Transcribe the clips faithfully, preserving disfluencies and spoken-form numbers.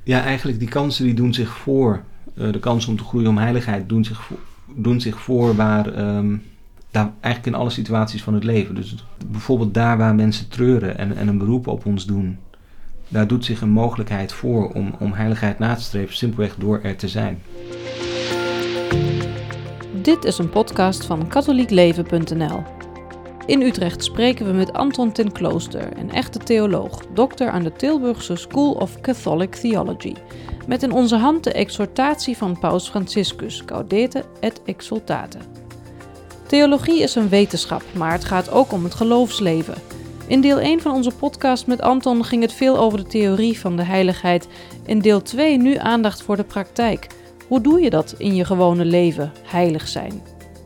Ja, eigenlijk die kansen die doen zich voor. Uh, de kansen om te groeien om heiligheid doen zich voor, doen zich voor waar, um, daar, eigenlijk in alle situaties van het leven. Dus bijvoorbeeld daar waar mensen treuren en, en een beroep op ons doen. Daar doet zich een mogelijkheid voor om, om heiligheid na te streven, simpelweg door er te zijn. Dit is een podcast van katholiek leven punt n l. In Utrecht spreken we met Anton ten Klooster, een echte theoloog, dokter aan de Tilburgse School of Catholic Theology, met in onze hand de exhortatie van Paus Franciscus, Gaudete et Exsultate. Theologie is een wetenschap, maar het gaat ook om het geloofsleven. In deel één van onze podcast met Anton ging het veel over de theorie van de heiligheid. In deel twee nu aandacht voor de praktijk. Hoe doe je dat in je gewone leven, heilig zijn?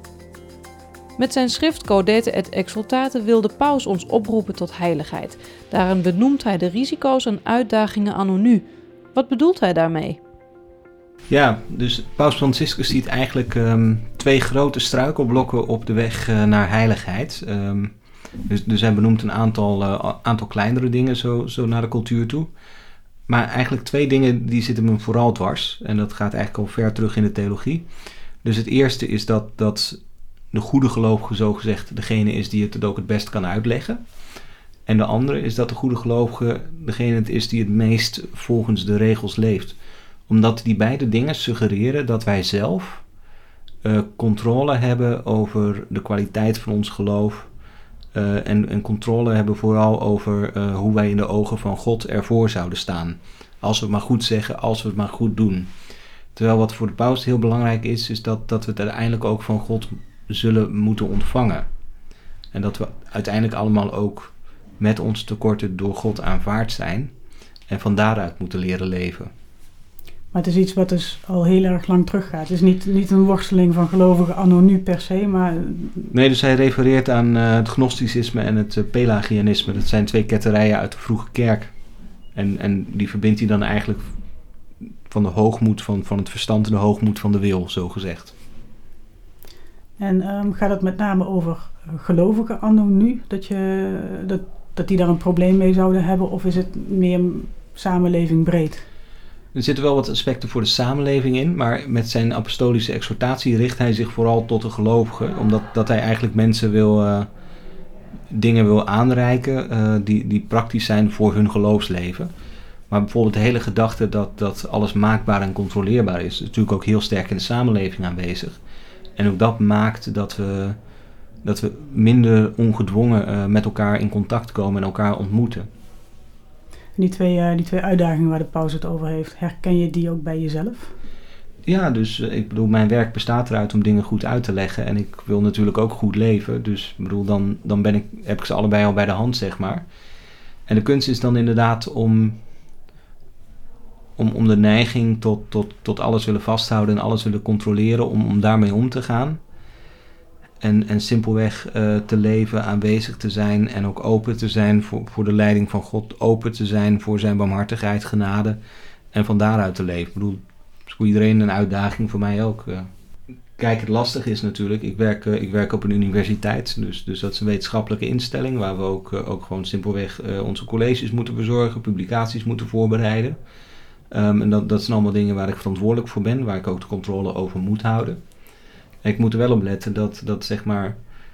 Met zijn schrift Gaudete et Exsultate wil de paus ons oproepen tot heiligheid. Daarin benoemt hij de risico's en uitdagingen anno nu. Wat bedoelt hij daarmee? Ja, dus paus Franciscus ziet eigenlijk um, twee grote struikelblokken op de weg uh, naar heiligheid. Um, dus, dus hij benoemt een aantal, uh, aantal kleinere dingen zo, zo naar de cultuur toe. Maar eigenlijk twee dingen die zitten me vooral dwars. En dat gaat eigenlijk al ver terug in de theologie. Dus het eerste is dat, dat de goede gelovige zogezegd degene is die het ook het best kan uitleggen. En de andere is dat de goede gelovige degene het is die het meest volgens de regels leeft. Omdat die beide dingen suggereren dat wij zelf uh, controle hebben over de kwaliteit van ons geloof. Uh, en, en controle hebben vooral over uh, hoe wij in de ogen van God ervoor zouden staan. Als we het maar goed zeggen, als we het maar goed doen. Terwijl wat voor de paus heel belangrijk is, is dat, dat we het uiteindelijk ook van God zullen moeten ontvangen. En dat we uiteindelijk allemaal ook met ons tekorten door God aanvaard zijn. En van daaruit moeten leren leven. Maar het is iets wat dus al heel erg lang teruggaat. Het is niet, niet een worsteling van gelovigen anno nu per se, maar... Nee, dus hij refereert aan uh, het gnosticisme en het uh, pelagianisme. Dat zijn twee ketterijen uit de vroege kerk. En, en die verbindt hij dan eigenlijk van de hoogmoed van, van het verstand en de hoogmoed van de wil, zo gezegd. En um, gaat het met name over gelovigen anno nu? Dat, je, dat, dat die daar een probleem mee zouden hebben? Of is het meer samenleving breed? Er zitten wel wat aspecten voor de samenleving in, maar met zijn apostolische exhortatie richt hij zich vooral tot de gelovigen, omdat dat hij eigenlijk mensen wil, uh, dingen wil aanreiken uh, die, die praktisch zijn voor hun geloofsleven. Maar bijvoorbeeld de hele gedachte dat, dat alles maakbaar en controleerbaar is, is natuurlijk ook heel sterk in de samenleving aanwezig. En ook dat maakt dat we, dat we minder ongedwongen uh, met elkaar in contact komen en elkaar ontmoeten. Die twee, uh, die twee uitdagingen waar de paus het over heeft, herken je die ook bij jezelf? Ja, dus uh, ik bedoel, mijn werk bestaat eruit om dingen goed uit te leggen. En ik wil natuurlijk ook goed leven. Dus ik bedoel, dan, dan ben ik, heb ik ze allebei al bij de hand, zeg maar. En de kunst is dan inderdaad om, om, om de neiging tot, tot, tot alles willen vasthouden en alles willen controleren, om, om daarmee om te gaan. En, en simpelweg uh, te leven, aanwezig te zijn en ook open te zijn voor, voor de leiding van God. Open te zijn voor zijn barmhartigheid, genade en van daaruit te leven. Ik bedoel, het is voor iedereen een uitdaging, voor mij ook. Uh. Kijk, het lastige is natuurlijk, ik werk, uh, ik werk op een universiteit. Dus, dus dat is een wetenschappelijke instelling waar we ook, uh, ook gewoon simpelweg uh, onze colleges moeten verzorgen, publicaties moeten voorbereiden. Um, en dat, dat zijn allemaal dingen waar ik verantwoordelijk voor ben, waar ik ook de controle over moet houden. Ik moet er wel op letten dat, dat zeg maar,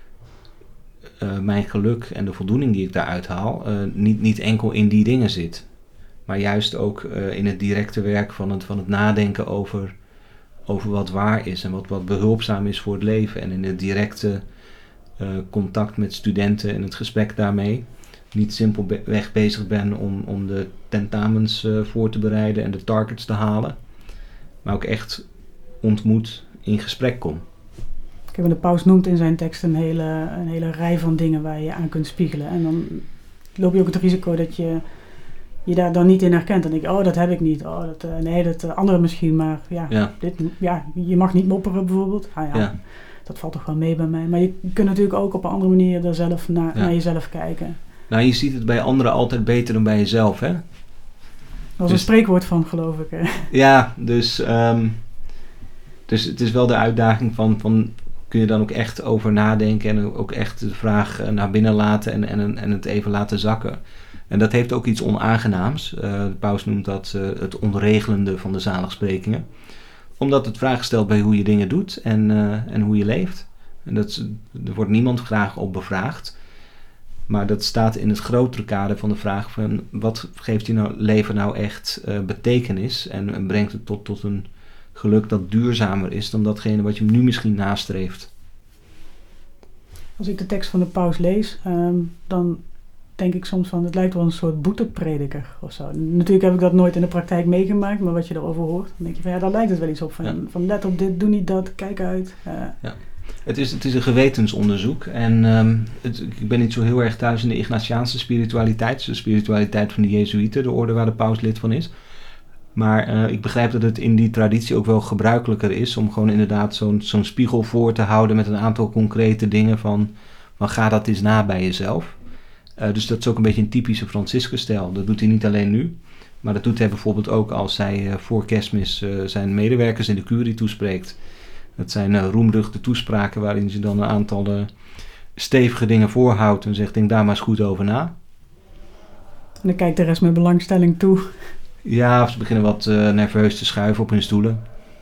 uh, mijn geluk en de voldoening die ik daaruit haal, uh, niet, niet enkel in die dingen zit. Maar juist ook uh, in het directe werk van het, van het nadenken over, over wat waar is en wat, wat behulpzaam is voor het leven. En in het directe uh, contact met studenten en het gesprek daarmee. Niet simpelweg bezig ben om, om de tentamens uh, voor te bereiden en de targets te halen. Maar ook echt ontmoet in gesprek kom. Kijk, de paus noemt in zijn tekst een hele, een hele rij van dingen waar je aan kunt spiegelen. En dan loop je ook het risico dat je je daar dan niet in herkent. Dan denk je, oh, dat heb ik niet. Oh, dat, uh, nee, dat uh, andere misschien, maar ja, ja. Dit, ja, je mag niet mopperen bijvoorbeeld. Ah, ja, ja. Dat valt toch wel mee bij mij. Maar je kunt natuurlijk ook op een andere manier er zelf na, ja. naar jezelf kijken. Nou, je ziet het bij anderen altijd beter dan bij jezelf, hè? Dat is dus een spreekwoord van, geloof ik. Hè? Ja, dus, um, dus het is wel de uitdaging van, van kun je dan ook echt over nadenken en ook echt de vraag naar binnen laten en, en, en het even laten zakken. En dat heeft ook iets onaangenaams. Uh, de paus noemt dat uh, het ontregelende van de zaligsprekingen. Omdat het vragen stelt bij hoe je dingen doet en, uh, en hoe je leeft. En dat, er wordt niemand graag op bevraagd. Maar dat staat in het grotere kader van de vraag van wat geeft je nou, leven nou echt uh, betekenis en, en brengt het tot, tot een geluk dat duurzamer is dan datgene wat je nu misschien nastreeft. Als ik de tekst van de paus lees, um, dan denk ik soms van het lijkt wel een soort boeteprediker of zo. Natuurlijk heb ik dat nooit in de praktijk meegemaakt, maar wat je erover hoort, dan denk je van ja, daar lijkt het wel iets op. Van, ja. van let op dit, doe niet dat, kijk uit. Uh, ja. Het is, het is een gewetensonderzoek en um, het, ik ben niet zo heel erg thuis in de Ignatiaanse spiritualiteit, de spiritualiteit van de Jezuïeten, de orde waar de paus lid van is. Maar uh, ik begrijp dat het in die traditie ook wel gebruikelijker is om gewoon inderdaad zo'n, zo'n spiegel voor te houden met een aantal concrete dingen van, van ga dat eens na bij jezelf. Uh, dus dat is ook een beetje een typische Franciscus-stijl. Dat doet hij niet alleen nu, maar dat doet hij bijvoorbeeld ook als hij uh, voor Kerstmis uh, zijn medewerkers in de curie toespreekt. Dat zijn uh, roemruchte toespraken waarin ze dan een aantal uh, stevige dingen voorhoudt en zegt, denk daar maar eens goed over na. En dan kijkt de rest met belangstelling toe. Ja, of ze beginnen wat uh, nerveus te schuiven op hun stoelen.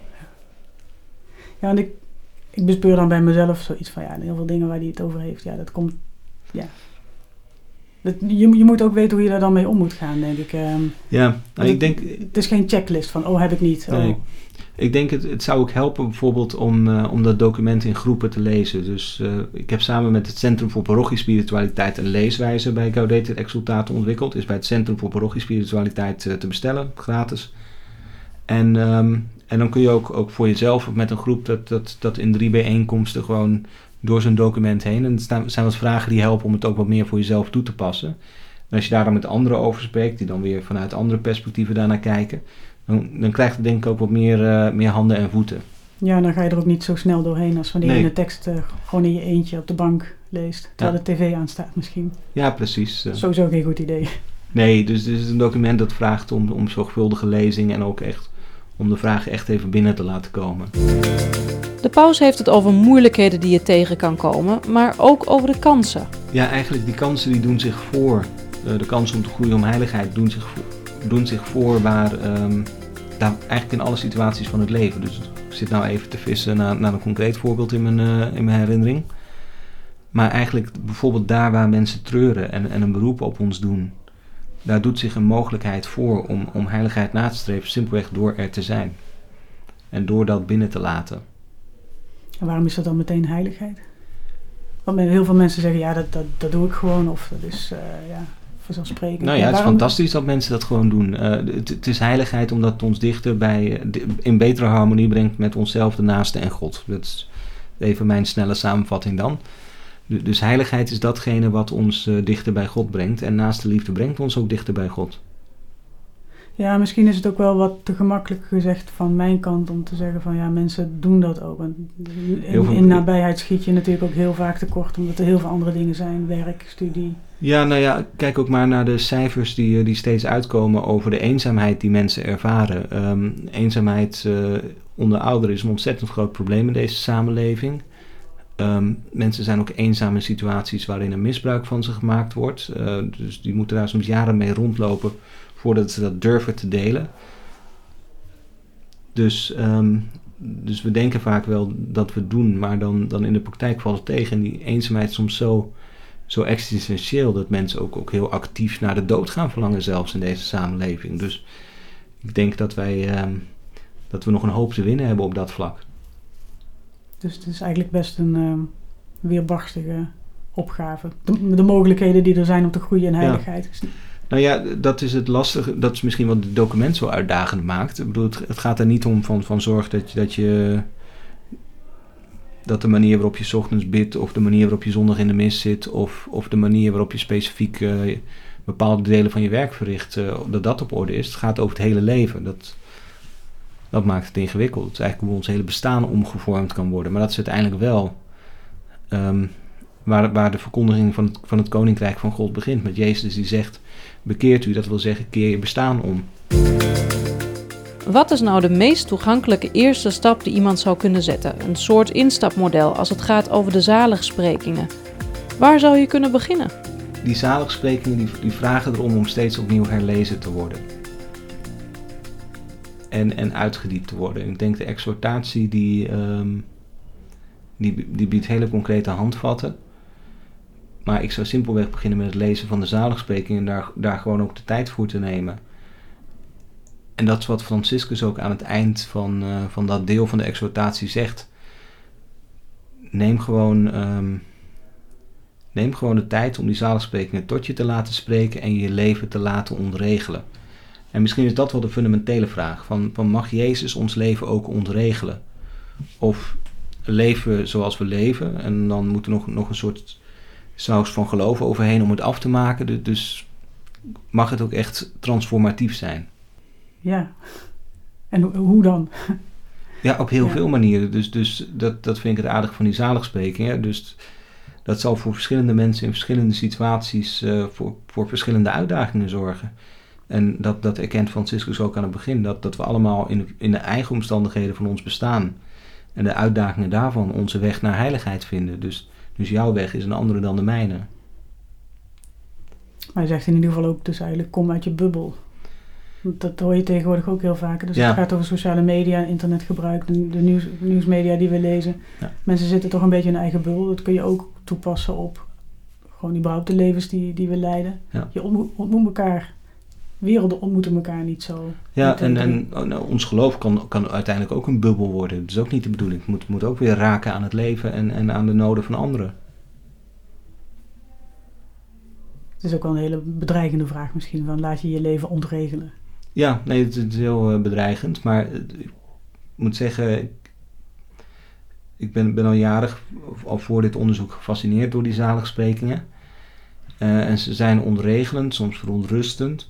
Ja, en ik, ik bespeur dan bij mezelf zoiets van, ja, heel veel dingen waar hij het over heeft. Ja, dat komt, ja. Dat, je, je moet ook weten hoe je daar dan mee om moet gaan, denk ik. Um, ja, nou, ik denk... Het is geen checklist van, oh, heb ik niet. Oh. Nee. Ik denk het, het zou ook helpen bijvoorbeeld om, uh, om dat document in groepen te lezen. Dus uh, ik heb samen met het Centrum voor Parochiespiritualiteit een leeswijze bij Gaudete et Exsultate ontwikkeld. Is bij het Centrum voor Parochiespiritualiteit uh, te bestellen, gratis. En, um, en dan kun je ook, ook voor jezelf of met een groep dat, dat, dat in drie bijeenkomsten gewoon door zo'n document heen. En er zijn wat vragen die helpen om het ook wat meer voor jezelf toe te passen. En als je daar dan met anderen over spreekt, die dan weer vanuit andere perspectieven daarnaar kijken, dan, dan krijgt het denk ik ook wat meer, uh, meer handen en voeten. Ja, dan ga je er ook niet zo snel doorheen als wanneer nee. je de tekst uh, gewoon in je eentje op de bank leest. Terwijl ja. de tv aanstaat misschien. Ja, precies. Uh, Sowieso geen goed idee. Nee, dus dit is een document dat vraagt om, om zorgvuldige lezing en ook echt om de vragen echt even binnen te laten komen. De paus heeft het over moeilijkheden die je tegen kan komen, maar ook over de kansen. Ja, eigenlijk die kansen die doen zich voor. Uh, de kansen om te groeien om heiligheid doen zich voor, doen zich voor waar, um, daar, eigenlijk in alle situaties van het leven. Dus ik zit nou even te vissen naar, naar een concreet voorbeeld in mijn, uh, in mijn herinnering. Maar eigenlijk bijvoorbeeld daar waar mensen treuren en, en een beroep op ons doen. Daar doet zich een mogelijkheid voor om, om heiligheid na te streven, simpelweg door er te zijn. En door dat binnen te laten. En waarom is dat dan meteen heiligheid? Want heel veel mensen zeggen, ja, dat, dat, dat doe ik gewoon. Of dat is, uh, ja, vanzelfsprekend. Nou ja, het is fantastisch dat mensen dat gewoon doen. Uh, het, het is heiligheid omdat het ons dichter bij, in betere harmonie brengt met onszelf, de naaste en God. Dat is even mijn snelle samenvatting dan. Dus heiligheid is datgene wat ons uh, dichter bij God brengt. En naaste liefde brengt ons ook dichter bij God. Ja, misschien is het ook wel wat te gemakkelijk gezegd van mijn kant om te zeggen van ja, mensen doen dat ook. Want in, in nabijheid schiet je natuurlijk ook heel vaak tekort, omdat er heel veel andere dingen zijn, werk, studie. Ja, nou ja, kijk ook maar naar de cijfers die, die steeds uitkomen over de eenzaamheid die mensen ervaren. Um, eenzaamheid uh, onder ouderen is een ontzettend groot probleem in deze samenleving. Um, mensen zijn ook eenzaam in situaties waarin er misbruik van ze gemaakt wordt. Uh, dus die moeten daar soms jaren mee rondlopen voordat ze dat durven te delen. Dus, um, dus we denken vaak wel dat we het doen, maar dan, dan in de praktijk valt het tegen. En die eenzaamheid is soms zo, zo existentieel dat mensen ook, ook heel actief naar de dood gaan verlangen zelfs in deze samenleving. Dus ik denk dat wij um, dat we nog een hoop te winnen hebben op dat vlak. Dus het is eigenlijk best een uh, weerbarstige opgave. De, de mogelijkheden die er zijn om te groeien in heiligheid. Ja. Nou ja, dat is het lastige. Dat is misschien wat het document zo uitdagend maakt. Ik bedoel, het, het gaat er niet om van, van zorg dat je, dat je... dat de manier waarop je 's ochtends bidt, of de manier waarop je zondag in de mis zit, of, of de manier waarop je specifiek uh, bepaalde delen van je werk verricht, uh, dat dat op orde is. Het gaat over het hele leven. Dat, dat maakt het ingewikkeld. Het is eigenlijk hoe ons hele bestaan omgevormd kan worden. Maar dat is uiteindelijk wel um, waar, waar de verkondiging van het, van het Koninkrijk van God begint. Met Jezus die zegt, bekeert u, dat wil zeggen, keer je bestaan om. Wat is nou de meest toegankelijke eerste stap die iemand zou kunnen zetten? Een soort instapmodel als het gaat over de zaligsprekingen. Waar zou je kunnen beginnen? die zaligsprekingen die, die vragen erom om steeds opnieuw herlezen te worden. En, en uitgediept te worden. En ik denk de exhortatie die, um, die, die biedt hele concrete handvatten. Maar ik zou simpelweg beginnen met het lezen van de zaligsprekingen en daar, daar gewoon ook de tijd voor te nemen. En dat is wat Franciscus ook aan het eind van, uh, van dat deel van de exhortatie zegt. Neem gewoon, um, neem gewoon de tijd om die zaligsprekingen tot je te laten spreken en je leven te laten ontregelen. En misschien is dat wel de fundamentele vraag. Van, van mag Jezus ons leven ook ontregelen? Of leven zoals we leven en dan moet er nog, nog een soort saus van geloof overheen om het af te maken. Dus mag het ook echt transformatief zijn? Ja, en hoe dan? Ja, op heel ja. veel manieren. Dus, dus dat, dat vind ik het aardig van die zaligsprekingen. Dus dat zal voor verschillende mensen in verschillende situaties uh, voor, voor verschillende uitdagingen zorgen. En dat, dat erkent Franciscus ook aan het begin. Dat, dat we allemaal in, in de eigen omstandigheden van ons bestaan en de uitdagingen daarvan onze weg naar heiligheid vinden. Dus, dus jouw weg is een andere dan de mijne. Maar je zegt in ieder geval ook dus eigenlijk kom uit je bubbel. Dat hoor je tegenwoordig ook heel vaak. Dus ja. Het gaat over sociale media, internetgebruik, de, de nieuws, nieuwsmedia die we lezen. Ja. Mensen zitten toch een beetje in hun eigen bubbel. Dat kun je ook toepassen op gewoon überhaupt de levens die, die we leiden. Ja. Je ontmoet, ontmoet elkaar. Werelden ontmoeten elkaar niet zo. Ja, niet en, en nou, ons geloof kan, kan uiteindelijk ook een bubbel worden. Dat is ook niet de bedoeling. Het moet, moet ook weer raken aan het leven en, en aan de noden van anderen. Het is ook wel een hele bedreigende vraag misschien. Van laat je je leven ontregelen? Ja, nee, het is heel uh, bedreigend. Maar uh, ik moet zeggen, ik, ik ben, ben al jaren, al voor dit onderzoek, gefascineerd door die zaligsprekingen. Uh, en ze zijn ontregelend, soms verontrustend.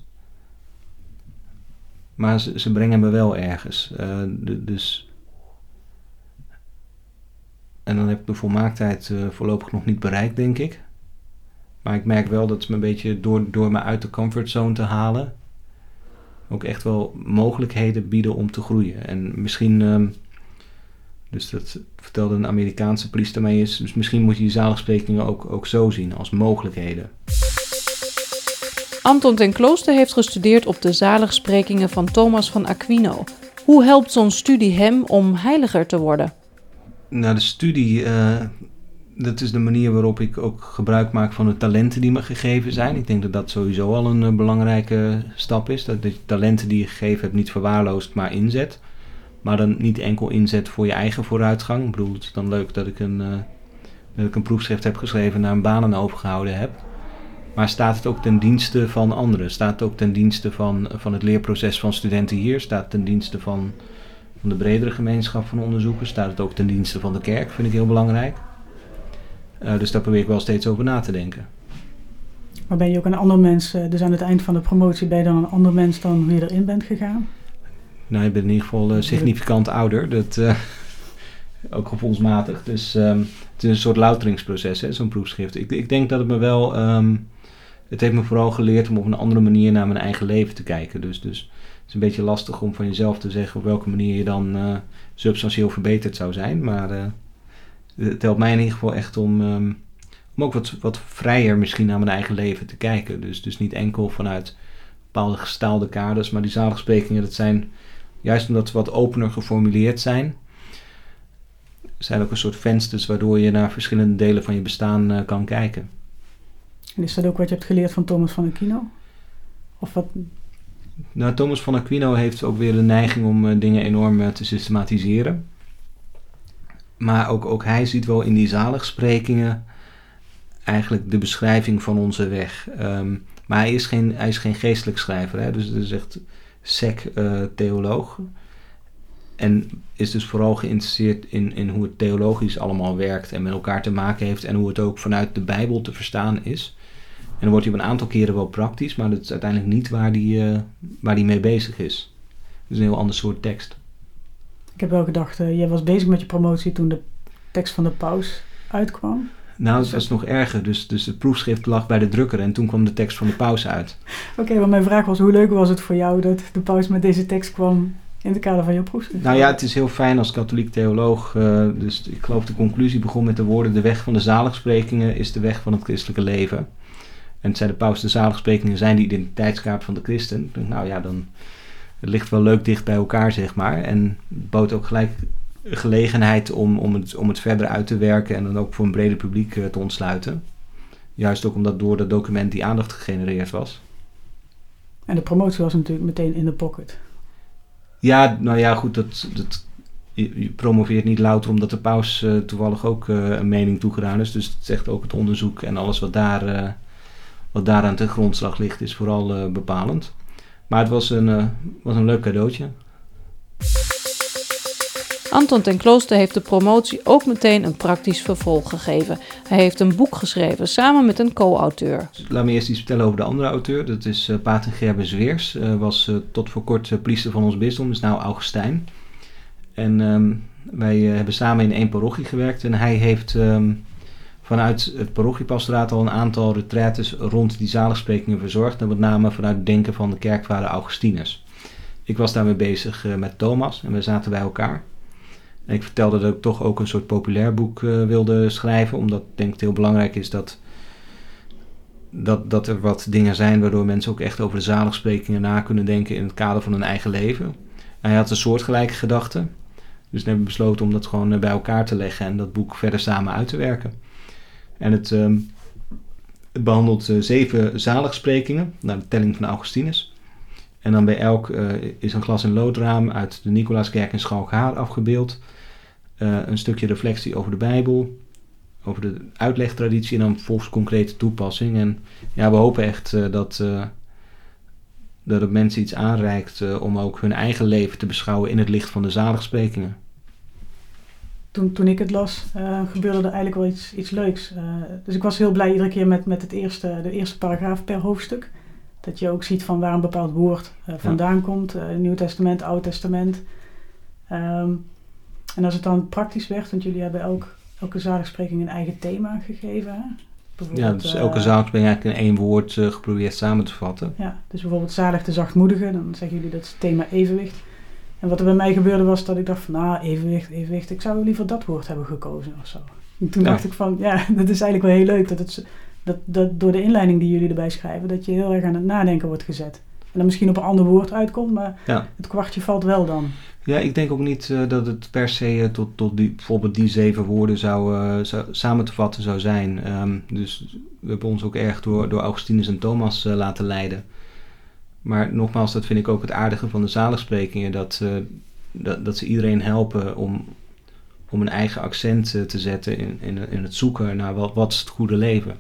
Maar ze, ze brengen me wel ergens. Uh, de, dus... En dan heb ik de volmaaktheid uh, voorlopig nog niet bereikt, denk ik. Maar ik merk wel dat ze me een beetje door, door me uit de comfortzone te halen ook echt wel mogelijkheden bieden om te groeien. En misschien, um, dus dat vertelde een Amerikaanse priester mij eens, dus misschien moet je die zaligsprekingen ook, ook zo zien, als mogelijkheden. Anton ten Klooster heeft gestudeerd op de zaligsprekingen van Thomas van Aquino. Hoe helpt zo'n studie hem om heiliger te worden? Nou, de studie, uh, dat is de manier waarop ik ook gebruik maak van de talenten die me gegeven zijn. Ik denk dat dat sowieso al een uh, belangrijke stap is. Dat de talenten die je gegeven hebt niet verwaarloost, maar inzet. Maar dan niet enkel inzet voor je eigen vooruitgang. Ik bedoel, het is dan leuk dat ik een, uh, dat ik een proefschrift heb geschreven, naar een banen overgehouden heb. Maar staat het ook ten dienste van anderen? Staat het ook ten dienste van, van het leerproces van studenten hier? Staat het ten dienste van, van de bredere gemeenschap van onderzoekers? Staat het ook ten dienste van de kerk? Vind ik heel belangrijk. Uh, dus daar probeer ik wel steeds over na te denken. Maar ben je ook een ander mens, dus aan het eind van de promotie ben je dan een ander mens dan hoe je erin bent gegaan? Nou, ik ben in ieder geval uh, significant ouder. Dat, uh, ook gevoelsmatig. Dus um, het is een soort louteringsproces, hè, zo'n proefschrift. Ik, ik denk dat het me wel... Um, het heeft me vooral geleerd om op een andere manier naar mijn eigen leven te kijken. Dus, dus het is een beetje lastig om van jezelf te zeggen op welke manier je dan uh, substantieel verbeterd zou zijn. Maar uh, het helpt mij in ieder geval echt om, um, om ook wat, wat vrijer misschien naar mijn eigen leven te kijken. Dus, dus niet enkel vanuit bepaalde gestaalde kaders, maar die zaligsprekingen, dat zijn, juist omdat ze wat opener geformuleerd zijn, zijn ook een soort vensters waardoor je naar verschillende delen van je bestaan uh, kan kijken. En is dat ook wat je hebt geleerd van Thomas van Aquino? Of wat? Nou, Thomas van Aquino heeft ook weer de neiging om uh, dingen enorm uh, te systematiseren. Maar ook, ook hij ziet wel in die zaligsprekingen eigenlijk de beschrijving van onze weg. Um, maar hij is geen, hij is geen geestelijk schrijver, hè? Dus het is echt sec-theoloog. Uh, en is dus vooral geïnteresseerd in, in hoe het theologisch allemaal werkt en met elkaar te maken heeft en hoe het ook vanuit de Bijbel te verstaan is. En dan wordt hij op een aantal keren wel praktisch, maar dat is uiteindelijk niet waar hij uh, waar hij mee bezig is. Dus een heel ander soort tekst. Ik heb wel gedacht, uh, jij was bezig met je promotie toen de tekst van de paus uitkwam. Nou, het was nog erger. Dus, dus het proefschrift lag bij de drukker en toen kwam de tekst van de paus uit. Oké, okay, maar mijn vraag was, hoe leuk was het voor jou dat de paus met deze tekst kwam in het kader van je proefschrift? Nou ja, het is heel fijn als katholiek theoloog. Uh, dus ik geloof de conclusie begon met de woorden: de weg van de zaligsprekingen is de weg van het christelijke leven. En het zei de paus, de zaligsprekingen zijn de identiteitskaart van de christen. Nou ja, dan het ligt wel leuk dicht bij elkaar, zeg maar. En het bood ook gelijk gelegenheid om, om, het, om het verder uit te werken en dan ook voor een breder publiek uh, te ontsluiten. Juist ook omdat door dat document die aandacht gegenereerd was. En de promotie was natuurlijk meteen in de pocket. Ja, nou ja, goed, dat, dat, je, je promoveert niet louter omdat de paus uh, toevallig ook uh, een mening toegedaan is. Dus het zegt ook het onderzoek en alles wat daar, uh, wat daar aan ten grondslag ligt is vooral uh, bepalend. Maar het was een, uh, was een leuk cadeautje. Anton ten Klooster heeft de promotie ook meteen een praktisch vervolg gegeven. Hij heeft een boek geschreven samen met een co-auteur. Laat me eerst iets vertellen over de andere auteur. Dat is uh, pater Gerber Zweers. Uh, was uh, tot voor kort uh, priester van ons bisdom, is nou Augustijn. En um, wij uh, hebben samen in één parochie gewerkt. En hij heeft um, vanuit het parochiepastoraat al een aantal retraites rond die zaligsprekingen verzorgd. En met name vanuit het denken van de kerkvader Augustinus. Ik was daarmee bezig uh, met Thomas en we zaten bij elkaar. En ik vertelde dat ik toch ook een soort populair boek uh, wilde schrijven. Omdat ik denk het heel belangrijk is dat, dat, dat er wat dingen zijn waardoor mensen ook echt over de zaligsprekingen na kunnen denken in het kader van hun eigen leven. En hij had een soortgelijke gedachte. Dus we hebben besloten om dat gewoon uh, bij elkaar te leggen en dat boek verder samen uit te werken. En het, um, het behandelt uh, zeven zaligsprekingen naar de telling van Augustinus. En dan bij elk uh, is een glas- en loodraam uit de Nicolaaskerk in Schalkhaar afgebeeld. Uh, een stukje reflectie over de Bijbel, over de uitlegtraditie en dan volgens concrete toepassing. En ja, we hopen echt uh, dat, uh, dat het mensen iets aanreikt uh, om ook hun eigen leven te beschouwen in het licht van de zaligsprekingen. Toen, toen ik het las, uh, gebeurde er eigenlijk wel iets, iets leuks. Uh, dus ik was heel blij iedere keer met, met het eerste, de eerste paragraaf per hoofdstuk. Dat je ook ziet van waar een bepaald woord uh, vandaan ja. komt. Uh, Nieuw Testament, Oud Testament. Um, en als het dan praktisch werd, want jullie hebben elk, elke zaligspreking een eigen thema gegeven. Hè? Ja, dus elke uh, zaligspreking eigenlijk in één woord uh, geprobeerd samen te vatten. Ja, dus bijvoorbeeld zalig de zachtmoedige, dan zeggen jullie dat is het thema evenwicht. En wat er bij mij gebeurde was dat ik dacht van, nou, evenwicht, evenwicht, ik zou liever dat woord hebben gekozen of zo. En toen ja. dacht ik van, ja, dat is eigenlijk wel heel leuk dat het... Dat, dat door de inleiding die jullie erbij schrijven, dat je heel erg aan het nadenken wordt gezet. En dan misschien op een ander woord uitkomt, maar ja. het kwartje valt wel dan. Ja, ik denk ook niet uh, dat het per se uh, tot, tot die, bijvoorbeeld die zeven woorden zou, uh, zou, samen te vatten zou zijn. Um, dus we hebben ons ook erg door, door Augustinus en Thomas uh, laten leiden. Maar nogmaals, dat vind ik ook het aardige van de zaligsprekingen, dat, uh, dat, dat ze iedereen helpen om, om een eigen accent uh, te zetten in, in, in het zoeken naar wat, wat is het goede leven.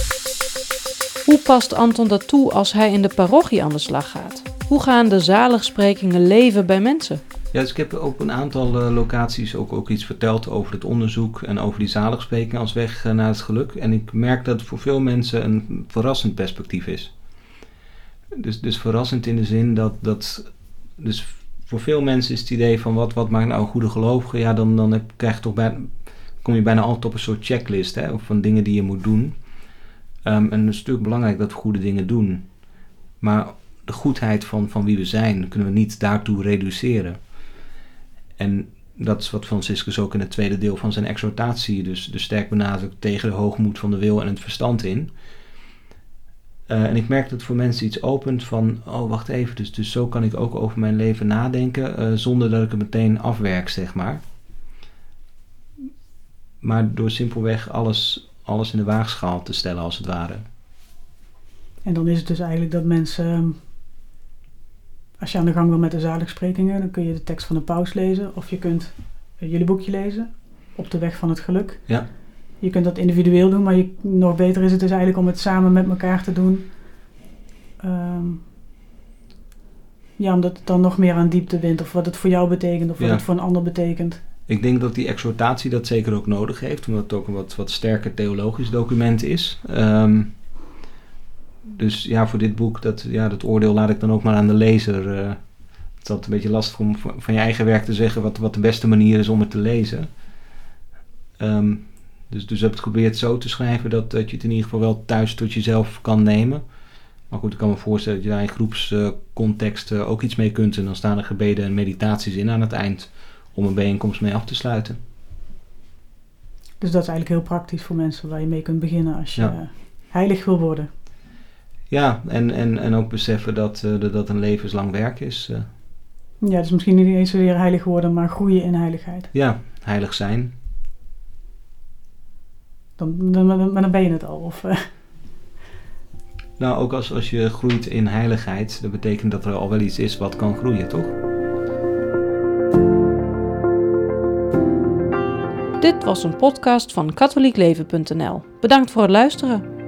Hoe past Anton dat toe als hij in de parochie aan de slag gaat? Hoe gaan de zaligsprekingen leven bij mensen? Ja, dus ik heb op een aantal uh, locaties ook, ook iets verteld over het onderzoek en over die zaligsprekingen als weg uh, naar het geluk. En ik merk dat het voor veel mensen een verrassend perspectief is. Dus, dus verrassend in de zin dat, dat dus voor veel mensen is het idee van wat, wat maakt nou een goede gelovige? Ja, dan, dan heb, krijg je toch bij, kom je bijna altijd op een soort checklist, hè, van dingen die je moet doen. Um, en het is natuurlijk belangrijk dat we goede dingen doen. Maar de goedheid van, van wie we zijn kunnen we niet daartoe reduceren. En dat is wat Franciscus ook in het tweede deel van zijn exhortatie dus, dus sterk benadrukt tegen de hoogmoed van de wil en het verstand in. Uh, en ik merk dat het voor mensen iets opent van, oh wacht even, dus, dus zo kan ik ook over mijn leven nadenken uh, zonder dat ik het meteen afwerk, zeg maar. Maar door simpelweg alles... alles in de waagschaal te stellen, als het ware. En dan is het dus eigenlijk dat mensen... Als je aan de gang wil met de zaligsprekingen, dan kun je de tekst van de paus lezen. Of je kunt jullie boekje lezen, Op de weg van het geluk. Ja. Je kunt dat individueel doen, maar je, nog beter is het dus eigenlijk om het samen met elkaar te doen. Um, ja, omdat het dan nog meer aan diepte wint. Of wat het voor jou betekent, of wat ja. het voor een ander betekent. Ik denk dat die exhortatie dat zeker ook nodig heeft, omdat het ook een wat, wat sterker theologisch document is. Um, dus ja, voor dit boek, dat, ja, dat oordeel laat ik dan ook maar aan de lezer. Uh, het is altijd een beetje lastig om van je eigen werk te zeggen wat, wat de beste manier is om het te lezen. Um, dus, dus heb ik het geprobeerd zo te schrijven dat, dat je het in ieder geval wel thuis tot jezelf kan nemen. Maar goed, ik kan me voorstellen dat je daar in groepscontext uh, ook iets mee kunt. En dan staan er gebeden en meditaties in aan het eind om een bijeenkomst mee af te sluiten. Dus dat is eigenlijk heel praktisch voor mensen waar je mee kunt beginnen als je ja. heilig wil worden. Ja, en, en, en ook beseffen dat, uh, dat een levenslang werk is. Uh. Ja, dus misschien niet eens weer heilig worden, maar groeien in heiligheid. Ja, heilig zijn. Dan, dan, maar dan ben je het al, of... Uh... Nou, ook als, als je groeit in heiligheid, dat betekent dat er al wel iets is wat kan groeien, toch? Dit was een podcast van katholiek leven punt n l. Bedankt voor het luisteren.